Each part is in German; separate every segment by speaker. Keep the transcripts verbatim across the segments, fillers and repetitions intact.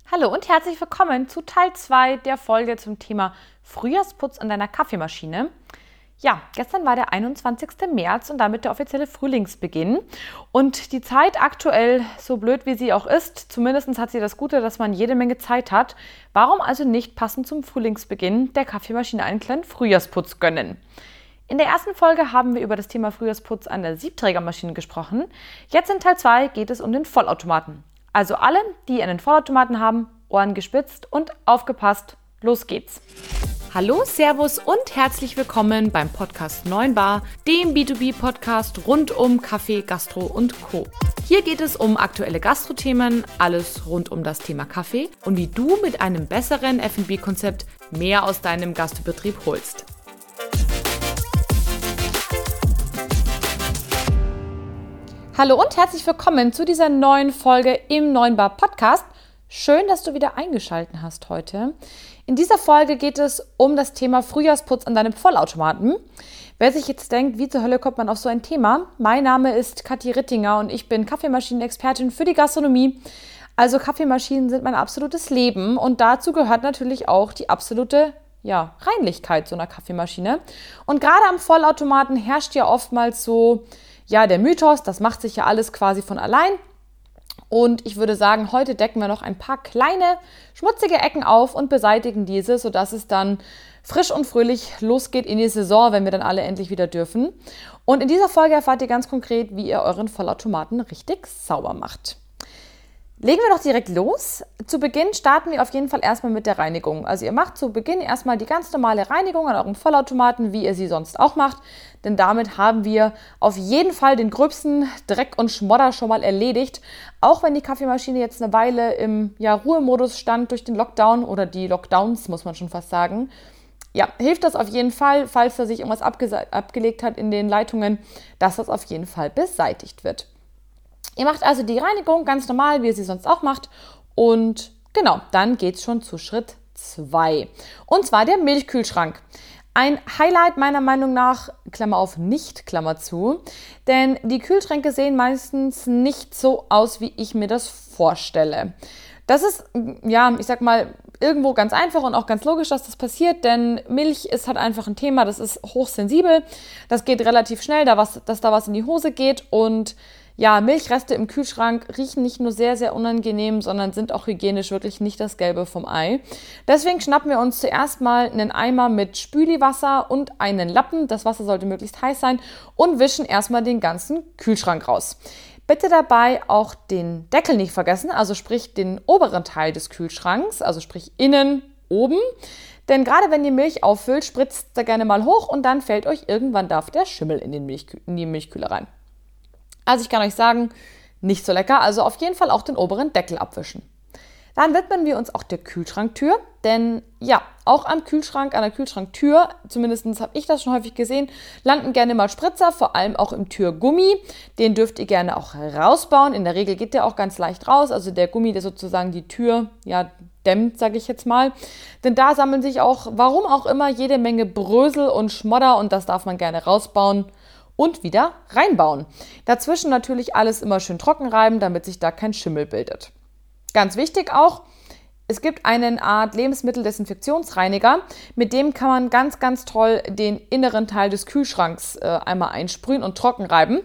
Speaker 1: Hallo und herzlich willkommen zu Teil zwei der Folge zum Thema Frühjahrsputz an deiner Kaffeemaschine. Ja, gestern war der einundzwanzigster März und damit der offizielle Frühlingsbeginn. Und die Zeit aktuell, so blöd wie sie auch ist, zumindest hat sie das Gute, dass man jede Menge Zeit hat. Warum also nicht passend zum Frühlingsbeginn der Kaffeemaschine einen kleinen Frühjahrsputz gönnen? In der ersten Folge haben wir über das Thema Frühjahrsputz an der Siebträgermaschine gesprochen. Jetzt in Teil zwei geht es um den Vollautomaten. Also alle, die einen Vollautomaten haben, Ohren gespitzt und aufgepasst. Los geht's! Hallo, Servus und herzlich willkommen beim Podcast neun Bar, dem B zwei B-Podcast rund um Kaffee, Gastro und Co. Hier geht es um aktuelle Gastro-Themen, alles rund um das Thema Kaffee und wie du mit einem besseren F und B-Konzept mehr aus deinem Gastbetrieb holst. Hallo und herzlich willkommen zu dieser neuen Folge im neun Bar Podcast. Schön, dass du wieder eingeschaltet hast heute. In dieser Folge geht es um das Thema Frühjahrsputz an deinem Vollautomaten. Wer sich jetzt denkt, wie zur Hölle kommt man auf so ein Thema? Mein Name ist Kathi Rittinger und ich bin Kaffeemaschinenexpertin für die Gastronomie. Also Kaffeemaschinen sind mein absolutes Leben und dazu gehört natürlich auch die absolute ja, Reinlichkeit so einer Kaffeemaschine. Und gerade am Vollautomaten herrscht ja oftmals so ja, der Mythos, das macht sich ja alles quasi von allein. Und ich würde sagen, heute decken wir noch ein paar kleine, schmutzige Ecken auf und beseitigen diese, sodass es dann frisch und fröhlich losgeht in die Saison, wenn wir dann alle endlich wieder dürfen. Und in dieser Folge erfahrt ihr ganz konkret, wie ihr euren Vollautomaten richtig sauber macht. Legen wir doch direkt los. Zu Beginn starten wir auf jeden Fall erstmal mit der Reinigung. Also ihr macht zu Beginn erstmal die ganz normale Reinigung an eurem Vollautomaten, wie ihr sie sonst auch macht. Denn damit haben wir auf jeden Fall den gröbsten Dreck und Schmodder schon mal erledigt. Auch wenn die Kaffeemaschine jetzt eine Weile im ja, Ruhemodus stand durch den Lockdown oder die Lockdowns, muss man schon fast sagen. Ja, hilft das auf jeden Fall, falls da sich irgendwas abge- abgelegt hat in den Leitungen, dass das auf jeden Fall beseitigt wird. Ihr macht also die Reinigung ganz normal, wie ihr sie sonst auch macht. Und genau, dann geht es schon zu Schritt zwei. Und zwar der Milchkühlschrank. Ein Highlight meiner Meinung nach, Klammer auf, nicht, Klammer zu. Denn die Kühlschränke sehen meistens nicht so aus, wie ich mir das vorstelle. Das ist, ja, ich sag mal, irgendwo ganz einfach und auch ganz logisch, dass das passiert, denn Milch ist halt einfach ein Thema, das ist hochsensibel. Das geht relativ schnell, da was, dass da was in die Hose geht und ja, Milchreste im Kühlschrank riechen nicht nur sehr, sehr unangenehm, sondern sind auch hygienisch wirklich nicht das Gelbe vom Ei. Deswegen schnappen wir uns zuerst mal einen Eimer mit Spüliwasser und einen Lappen. Das Wasser sollte möglichst heiß sein und wischen erstmal den ganzen Kühlschrank raus. Bitte dabei auch den Deckel nicht vergessen, also sprich den oberen Teil des Kühlschranks, also sprich innen oben. Denn gerade wenn ihr Milch auffüllt, spritzt da gerne mal hoch und dann fällt euch irgendwann darf der Schimmel in, den Milchkü- in die Milchkühle rein. Also ich kann euch sagen, nicht so lecker, also auf jeden Fall auch den oberen Deckel abwischen. Dann widmen wir uns auch der Kühlschranktür, denn ja, auch am Kühlschrank, an der Kühlschranktür, zumindest habe ich das schon häufig gesehen, landen gerne mal Spritzer, vor allem auch im Türgummi. Den dürft ihr gerne auch rausbauen. In der Regel geht der auch ganz leicht raus, also der Gummi, der sozusagen die Tür ja, dämmt, sage ich jetzt mal. Denn da sammeln sich auch, warum auch immer, jede Menge Brösel und Schmodder und das darf man gerne rausbauen und wieder reinbauen. Dazwischen natürlich alles immer schön trocken reiben, damit sich da kein Schimmel bildet. Ganz wichtig auch, es gibt eine Art Lebensmitteldesinfektionsreiniger, mit dem kann man ganz, ganz toll den inneren Teil des Kühlschranks äh, einmal einsprühen und trocken reiben.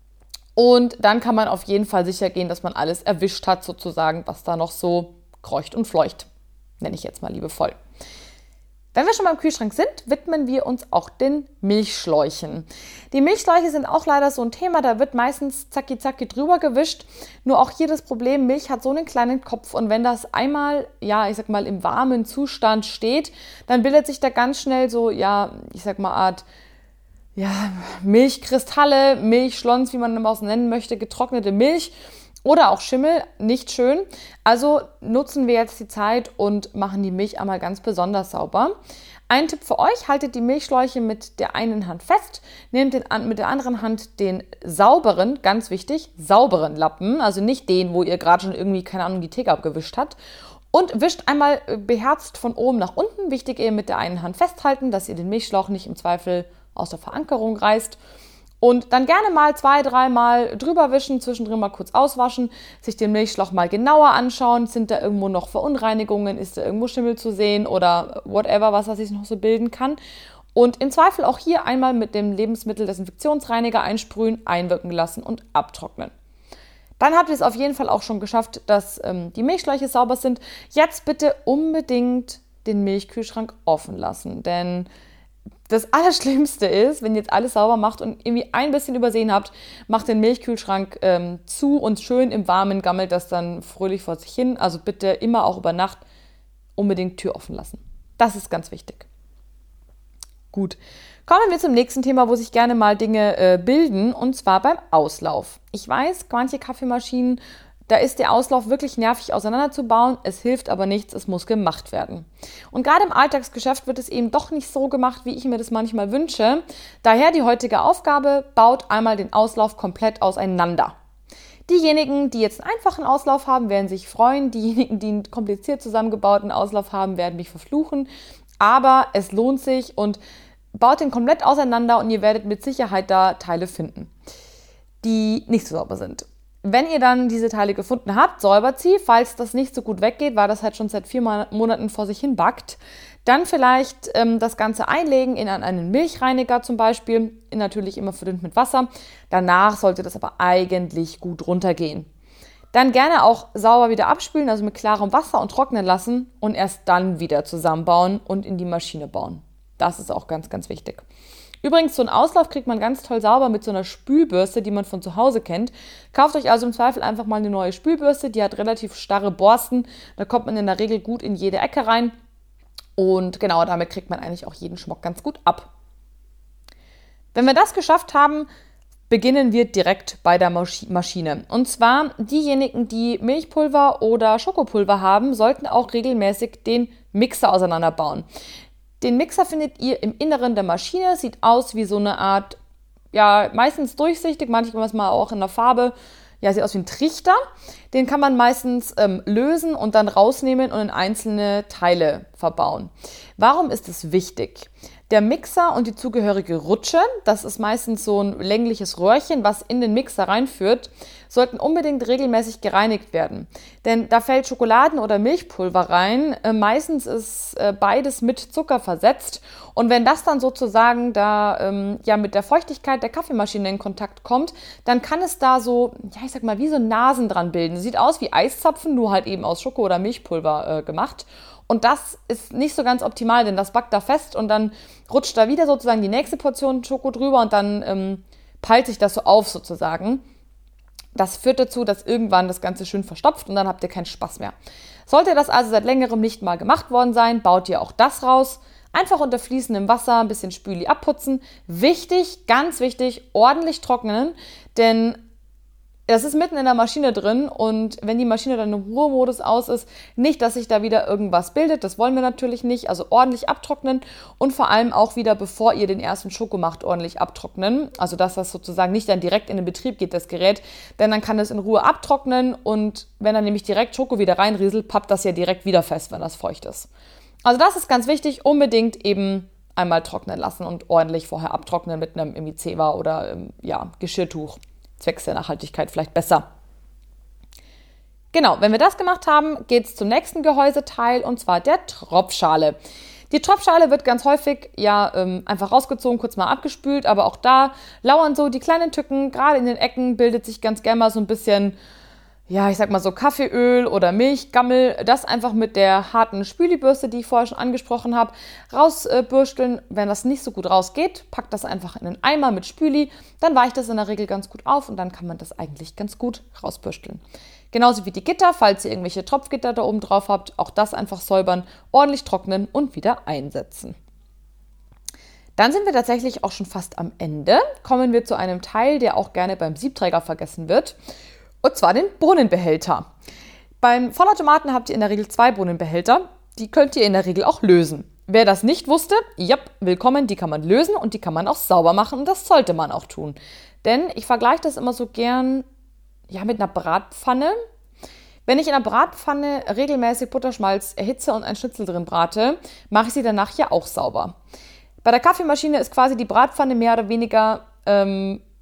Speaker 1: Und dann kann man auf jeden Fall sicher gehen, dass man alles erwischt hat, sozusagen, was da noch so kreucht und fleucht, nenne ich jetzt mal liebevoll. Wenn wir schon beim Kühlschrank sind, widmen wir uns auch den Milchschläuchen. Die Milchschläuche sind auch leider so ein Thema, da wird meistens zacki zacki drüber gewischt. Nur auch hier das Problem, Milch hat so einen kleinen Kopf und wenn das einmal, ja, ich sag mal, im warmen Zustand steht, dann bildet sich da ganz schnell so, ja, ich sag mal, Art, ja, Milchkristalle, Milchschlons, wie man es auch nennen möchte, getrocknete Milch. Oder auch Schimmel, nicht schön. Also nutzen wir jetzt die Zeit und machen die Milch einmal ganz besonders sauber. Ein Tipp für euch, haltet die Milchschläuche mit der einen Hand fest, nehmt den, mit der anderen Hand den sauberen, ganz wichtig, sauberen Lappen, also nicht den, wo ihr gerade schon irgendwie, keine Ahnung, die Theke abgewischt habt. Und wischt einmal beherzt von oben nach unten. Wichtig, ihr mit der einen Hand festhalten, dass ihr den Milchschlauch nicht im Zweifel aus der Verankerung reißt. Und dann gerne mal zwei, dreimal drüber wischen, zwischendrin mal kurz auswaschen, sich den Milchschlauch mal genauer anschauen. Sind da irgendwo noch Verunreinigungen? Ist da irgendwo Schimmel zu sehen oder whatever, was das sich noch so bilden kann? Und im Zweifel auch hier einmal mit dem Lebensmitteldesinfektionsreiniger einsprühen, einwirken lassen und abtrocknen. Dann habt ihr es auf jeden Fall auch schon geschafft, dass ähm, die Milchschläuche sauber sind. Jetzt bitte unbedingt den Milchkühlschrank offen lassen, denn das Allerschlimmste ist, wenn ihr jetzt alles sauber macht und irgendwie ein bisschen übersehen habt, macht den Milchkühlschrank ähm, zu und schön im Warmen gammelt das dann fröhlich vor sich hin. Also bitte immer auch über Nacht unbedingt Tür offen lassen. Das ist ganz wichtig. Gut, kommen wir zum nächsten Thema, wo sich gerne mal Dinge äh, bilden, und zwar beim Auslauf. Ich weiß, manche Kaffeemaschinen, da ist der Auslauf wirklich nervig auseinanderzubauen. Es hilft aber nichts, es muss gemacht werden. Und gerade im Alltagsgeschäft wird es eben doch nicht so gemacht, wie ich mir das manchmal wünsche. Daher die heutige Aufgabe: baut einmal den Auslauf komplett auseinander. Diejenigen, die jetzt einen einfachen Auslauf haben, werden sich freuen. Diejenigen, die einen kompliziert zusammengebauten Auslauf haben, werden mich verfluchen. Aber es lohnt sich und baut den komplett auseinander und ihr werdet mit Sicherheit da Teile finden, die nicht so sauber sind. Wenn ihr dann diese Teile gefunden habt, säubert sie. Falls das nicht so gut weggeht, weil das halt schon seit vier Monaten vor sich hin backt, dann vielleicht ähm, das Ganze einlegen in einen Milchreiniger zum Beispiel, natürlich immer verdünnt mit Wasser. Danach sollte das aber eigentlich gut runtergehen. Dann gerne auch sauber wieder abspülen, also mit klarem Wasser, und trocknen lassen und erst dann wieder zusammenbauen und in die Maschine bauen. Das ist auch ganz, ganz wichtig. Übrigens, so einen Auslauf kriegt man ganz toll sauber mit so einer Spülbürste, die man von zu Hause kennt. Kauft euch also im Zweifel einfach mal eine neue Spülbürste, die hat relativ starre Borsten. Da kommt man in der Regel gut in jede Ecke rein. Und genau, damit kriegt man eigentlich auch jeden Schmuck ganz gut ab. Wenn wir das geschafft haben, beginnen wir direkt bei der Maschine. Und zwar diejenigen, die Milchpulver oder Schokopulver haben, sollten auch regelmäßig den Mixer auseinanderbauen. Den Mixer findet ihr im Inneren der Maschine, sieht aus wie so eine Art, ja, meistens durchsichtig, manchmal auch in der Farbe, ja, sieht aus wie ein Trichter. Den kann man meistens ähm, lösen und dann rausnehmen und in einzelne Teile verbauen. Warum ist es wichtig? Der Mixer und die zugehörige Rutsche, das ist meistens so ein längliches Röhrchen, was in den Mixer reinführt, sollten unbedingt regelmäßig gereinigt werden. Denn da fällt Schokoladen- oder Milchpulver rein. Äh, meistens ist äh, beides mit Zucker versetzt. Und wenn das dann sozusagen da ähm, ja mit der Feuchtigkeit der Kaffeemaschine in Kontakt kommt, dann kann es da so, ja, ich sag mal, wie so Nasen dran bilden. Sieht aus wie Eiszapfen, nur halt eben aus Schoko- oder Milchpulver äh, gemacht. Und das ist nicht so ganz optimal, denn das backt da fest und dann rutscht da wieder sozusagen die nächste Portion Schoko drüber und dann ähm, peilt sich das so auf sozusagen. Das führt dazu, dass irgendwann das Ganze schön verstopft und dann habt ihr keinen Spaß mehr. Sollte das also seit längerem nicht mal gemacht worden sein, baut ihr auch das raus. Einfach unter fließendem Wasser ein bisschen Spüli abputzen. Wichtig, ganz wichtig, ordentlich trocknen, denn das ist mitten in der Maschine drin und wenn die Maschine dann im Ruhemodus aus ist, nicht, dass sich da wieder irgendwas bildet, das wollen wir natürlich nicht, also ordentlich abtrocknen und vor allem auch wieder, bevor ihr den ersten Schoko macht, ordentlich abtrocknen, also dass das sozusagen nicht dann direkt in den Betrieb geht, das Gerät, denn dann kann es in Ruhe abtrocknen und wenn dann nämlich direkt Schoko wieder reinrieselt, pappt das ja direkt wieder fest, wenn das feucht ist. Also das ist ganz wichtig, unbedingt eben einmal trocknen lassen und ordentlich vorher abtrocknen mit einem irgendwie Zewa oder ja, Geschirrtuch. Zwecks der Nachhaltigkeit vielleicht besser. Genau, wenn wir das gemacht haben, geht es zum nächsten Gehäuseteil und zwar der Tropfschale. Die Tropfschale wird ganz häufig ja ähm, einfach rausgezogen, kurz mal abgespült, aber auch da lauern so die kleinen Tücken, gerade in den Ecken bildet sich ganz gerne mal so ein bisschen, ja, ich sag mal so Kaffeeöl oder Milchgammel, das einfach mit der harten Spülibürste, die ich vorher schon angesprochen habe, rausbürsteln. Äh, Wenn das nicht so gut rausgeht, packt das einfach in einen Eimer mit Spüli, dann weicht das in der Regel ganz gut auf und dann kann man das eigentlich ganz gut rausbürsteln. Genauso wie die Gitter, falls ihr irgendwelche Tropfgitter da oben drauf habt, auch das einfach säubern, ordentlich trocknen und wieder einsetzen. Dann sind wir tatsächlich auch schon fast am Ende. Kommen wir zu einem Teil, der auch gerne beim Siebträger vergessen wird. Und zwar den Bohnenbehälter. Beim Vollautomaten habt ihr in der Regel zwei Bohnenbehälter. Die könnt ihr in der Regel auch lösen. Wer das nicht wusste, ja, willkommen, die kann man lösen und die kann man auch sauber machen und das sollte man auch tun. Denn ich vergleiche das immer so gern ja, mit einer Bratpfanne. Wenn ich in einer Bratpfanne regelmäßig Butterschmalz erhitze und ein Schnitzel drin brate, mache ich sie danach ja auch sauber. Bei der Kaffeemaschine ist quasi die Bratpfanne mehr oder weniger ähm,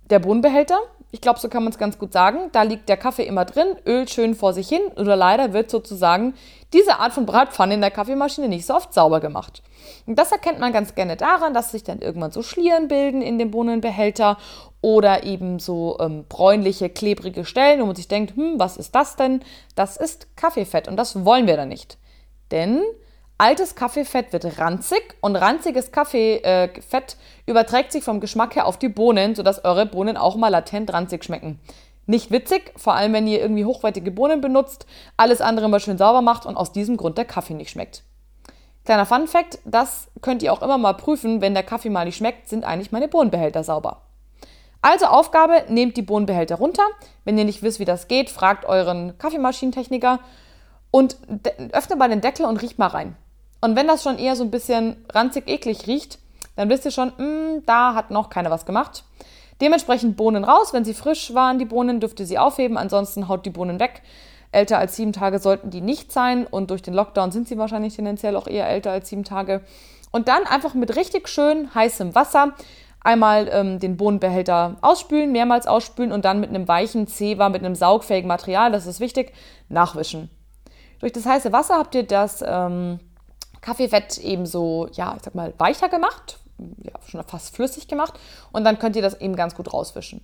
Speaker 1: der Bohnenbehälter. Ich glaube, so kann man es ganz gut sagen. Da liegt der Kaffee immer drin, ölt schön vor sich hin oder leider wird sozusagen diese Art von Bratpfanne in der Kaffeemaschine nicht so oft sauber gemacht. Und das erkennt man ganz gerne daran, dass sich dann irgendwann so Schlieren bilden in dem Bohnenbehälter oder eben so ähm, bräunliche, klebrige Stellen, wo man sich denkt, hm, was ist das denn? Das ist Kaffeefett und das wollen wir da nicht. Denn altes Kaffeefett wird ranzig und ranziges Kaffeefett äh, überträgt sich vom Geschmack her auf die Bohnen, sodass eure Bohnen auch mal latent ranzig schmecken. Nicht witzig, vor allem wenn ihr irgendwie hochwertige Bohnen benutzt, alles andere mal schön sauber macht und aus diesem Grund der Kaffee nicht schmeckt. Kleiner Funfact, das könnt ihr auch immer mal prüfen, wenn der Kaffee mal nicht schmeckt, sind eigentlich meine Bohnenbehälter sauber. Also Aufgabe, nehmt die Bohnenbehälter runter. Wenn ihr nicht wisst, wie das geht, fragt euren Kaffeemaschinentechniker und öffnet mal den Deckel und riecht mal rein. Und wenn das schon eher so ein bisschen ranzig eklig riecht, dann wisst ihr schon, mh, da hat noch keiner was gemacht. Dementsprechend Bohnen raus. Wenn sie frisch waren, die Bohnen, dürft ihr sie aufheben. Ansonsten haut die Bohnen weg. Älter als sieben Tage sollten die nicht sein. Und durch den Lockdown sind sie wahrscheinlich tendenziell auch eher älter als sieben Tage. Und dann einfach mit richtig schön heißem Wasser einmal ähm, den Bohnenbehälter ausspülen, mehrmals ausspülen und dann mit einem weichen Zewa, mit einem saugfähigen Material, das ist wichtig, nachwischen. Durch das heiße Wasser habt ihr das ähm, Kaffeefett eben so, ja, ich sag mal, weicher gemacht, ja, schon fast flüssig gemacht und dann könnt ihr das eben ganz gut rauswischen.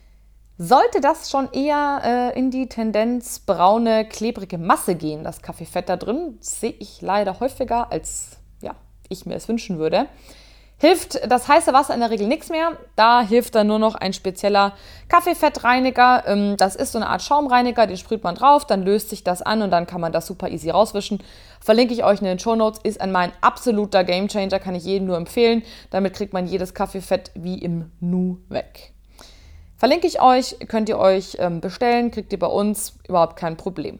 Speaker 1: Sollte das schon eher äh, in die Tendenz braune, klebrige Masse gehen, das Kaffeefett da drin, sehe ich leider häufiger, als ja, ich mir es wünschen würde, hilft das heiße Wasser in der Regel nichts mehr. Da hilft dann nur noch ein spezieller Kaffeefettreiniger. Das ist so eine Art Schaumreiniger, den sprüht man drauf, dann löst sich das an und dann kann man das super easy rauswischen. Verlinke ich euch in den Shownotes, ist ein mein absoluter Gamechanger, kann ich jedem nur empfehlen. Damit kriegt man jedes Kaffeefett wie im Nu weg. Verlinke ich euch, könnt ihr euch bestellen, kriegt ihr bei uns, überhaupt kein Problem.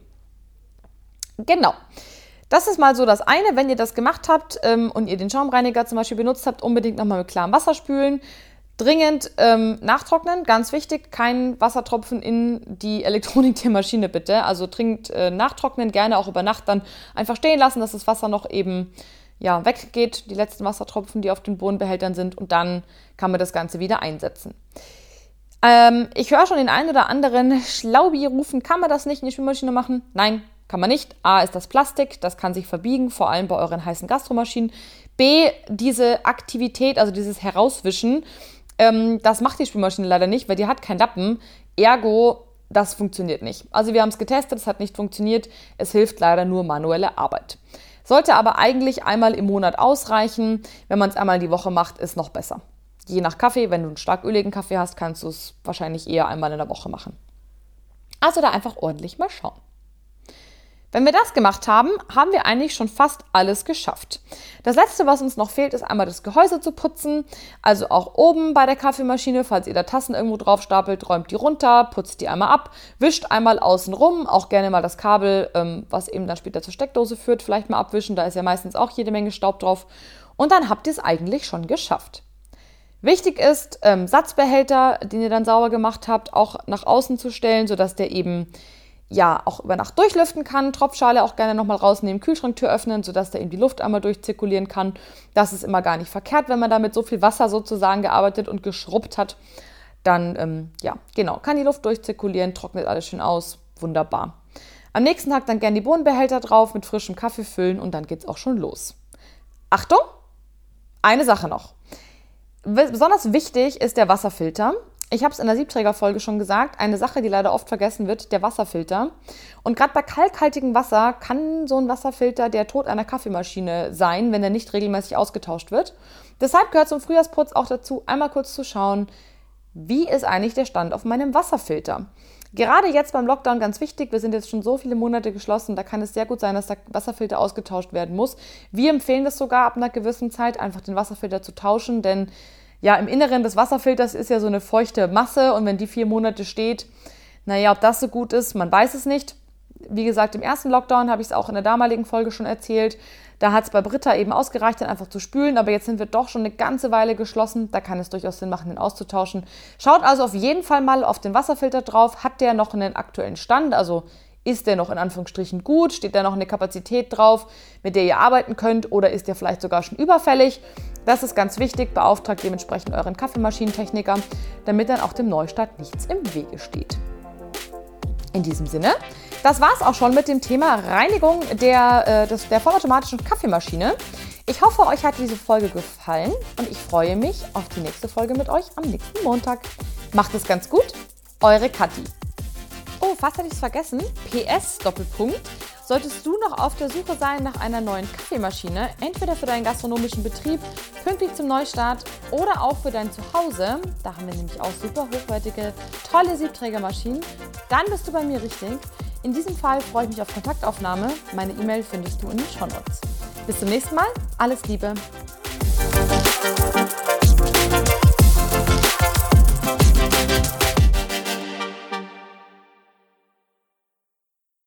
Speaker 1: Genau. Das ist mal so das eine, wenn ihr das gemacht habt ähm, und ihr den Schaumreiniger zum Beispiel benutzt habt, unbedingt nochmal mit klarem Wasser spülen. Dringend ähm, nachtrocknen, ganz wichtig, kein Wassertropfen in die Elektronik der Maschine bitte. Also dringend äh, nachtrocknen, gerne auch über Nacht dann einfach stehen lassen, dass das Wasser noch eben ja, weggeht, die letzten Wassertropfen, die auf den Bohnenbehältern sind und dann kann man das Ganze wieder einsetzen. Ähm, ich höre schon den einen oder anderen Schlaubi rufen, kann man das nicht in die Spülmaschine machen? Nein. Kann man nicht. A ist das Plastik, das kann sich verbiegen, vor allem bei euren heißen Gastromaschinen. B, diese Aktivität, also dieses Herauswischen, ähm, das macht die Spülmaschine leider nicht, weil die hat keinen Lappen. Ergo, das funktioniert nicht. Also wir haben es getestet, es hat nicht funktioniert. Es hilft leider nur manuelle Arbeit. Sollte aber eigentlich einmal im Monat ausreichen. Wenn man es einmal die Woche macht, ist noch besser. Je nach Kaffee, wenn du einen stark öligen Kaffee hast, kannst du es wahrscheinlich eher einmal in der Woche machen. Also da einfach ordentlich mal schauen. Wenn wir das gemacht haben, haben wir eigentlich schon fast alles geschafft. Das Letzte, was uns noch fehlt, ist einmal das Gehäuse zu putzen. Also auch oben bei der Kaffeemaschine, falls ihr da Tassen irgendwo drauf stapelt, räumt die runter, putzt die einmal ab, wischt einmal außen rum, auch gerne mal das Kabel, ähm, was eben dann später zur Steckdose führt, vielleicht mal abwischen, da ist ja meistens auch jede Menge Staub drauf. Und dann habt ihr es eigentlich schon geschafft. Wichtig ist, ähm, Satzbehälter, den ihr dann sauber gemacht habt, auch nach außen zu stellen, sodass der eben ja, auch über Nacht durchlüften kann. Tropfschale auch gerne nochmal rausnehmen, Kühlschranktür öffnen, sodass da eben die Luft einmal durchzirkulieren kann. Das ist immer gar nicht verkehrt, wenn man da mit so viel Wasser sozusagen gearbeitet und geschrubbt hat. Dann, ähm, ja, genau, kann die Luft durchzirkulieren, trocknet alles schön aus. Wunderbar. Am nächsten Tag dann gerne die Bohnenbehälter drauf, mit frischem Kaffee füllen und dann geht's auch schon los. Achtung! Eine Sache noch. Besonders wichtig ist der Wasserfilter. Ich habe es in der Siebträgerfolge schon gesagt, eine Sache, die leider oft vergessen wird, der Wasserfilter. Und gerade bei kalkhaltigem Wasser kann so ein Wasserfilter der Tod einer Kaffeemaschine sein, wenn er nicht regelmäßig ausgetauscht wird. Deshalb gehört zum Frühjahrsputz auch dazu, einmal kurz zu schauen, wie ist eigentlich der Stand auf meinem Wasserfilter. Gerade jetzt beim Lockdown ganz wichtig, wir sind jetzt schon so viele Monate geschlossen, da kann es sehr gut sein, dass der Wasserfilter ausgetauscht werden muss. Wir empfehlen das sogar ab einer gewissen Zeit, einfach den Wasserfilter zu tauschen, denn ja, im Inneren des Wasserfilters ist ja so eine feuchte Masse und wenn die vier Monate steht, naja, ob das so gut ist, man weiß es nicht. Wie gesagt, im ersten Lockdown habe ich es auch in der damaligen Folge schon erzählt. Da hat es bei Britta eben ausgereicht, dann einfach zu spülen, aber jetzt sind wir doch schon eine ganze Weile geschlossen. Da kann es durchaus Sinn machen, den auszutauschen. Schaut also auf jeden Fall mal auf den Wasserfilter drauf. Hat der noch einen aktuellen Stand? Also ist der noch in Anführungsstrichen gut? Steht da noch eine Kapazität drauf, mit der ihr arbeiten könnt? Oder ist der vielleicht sogar schon überfällig? Das ist ganz wichtig, beauftragt dementsprechend euren Kaffeemaschinentechniker, damit dann auch dem Neustart nichts im Wege steht. In diesem Sinne, das war es auch schon mit dem Thema Reinigung der, äh, des, der vollautomatischen Kaffeemaschine. Ich hoffe, euch hat diese Folge gefallen und ich freue mich auf die nächste Folge mit euch am nächsten Montag. Macht es ganz gut, eure Kathi. Oh, fast hätte ich es vergessen. P S Doppelpunkt. Solltest du noch auf der Suche sein nach einer neuen Kaffeemaschine, entweder für deinen gastronomischen Betrieb, pünktlich zum Neustart oder auch für dein Zuhause, da haben wir nämlich auch super hochwertige, tolle Siebträgermaschinen, dann bist du bei mir richtig. In diesem Fall freue ich mich auf Kontaktaufnahme. Meine E-Mail findest du in den Shownotes. Bis zum nächsten Mal. Alles Liebe.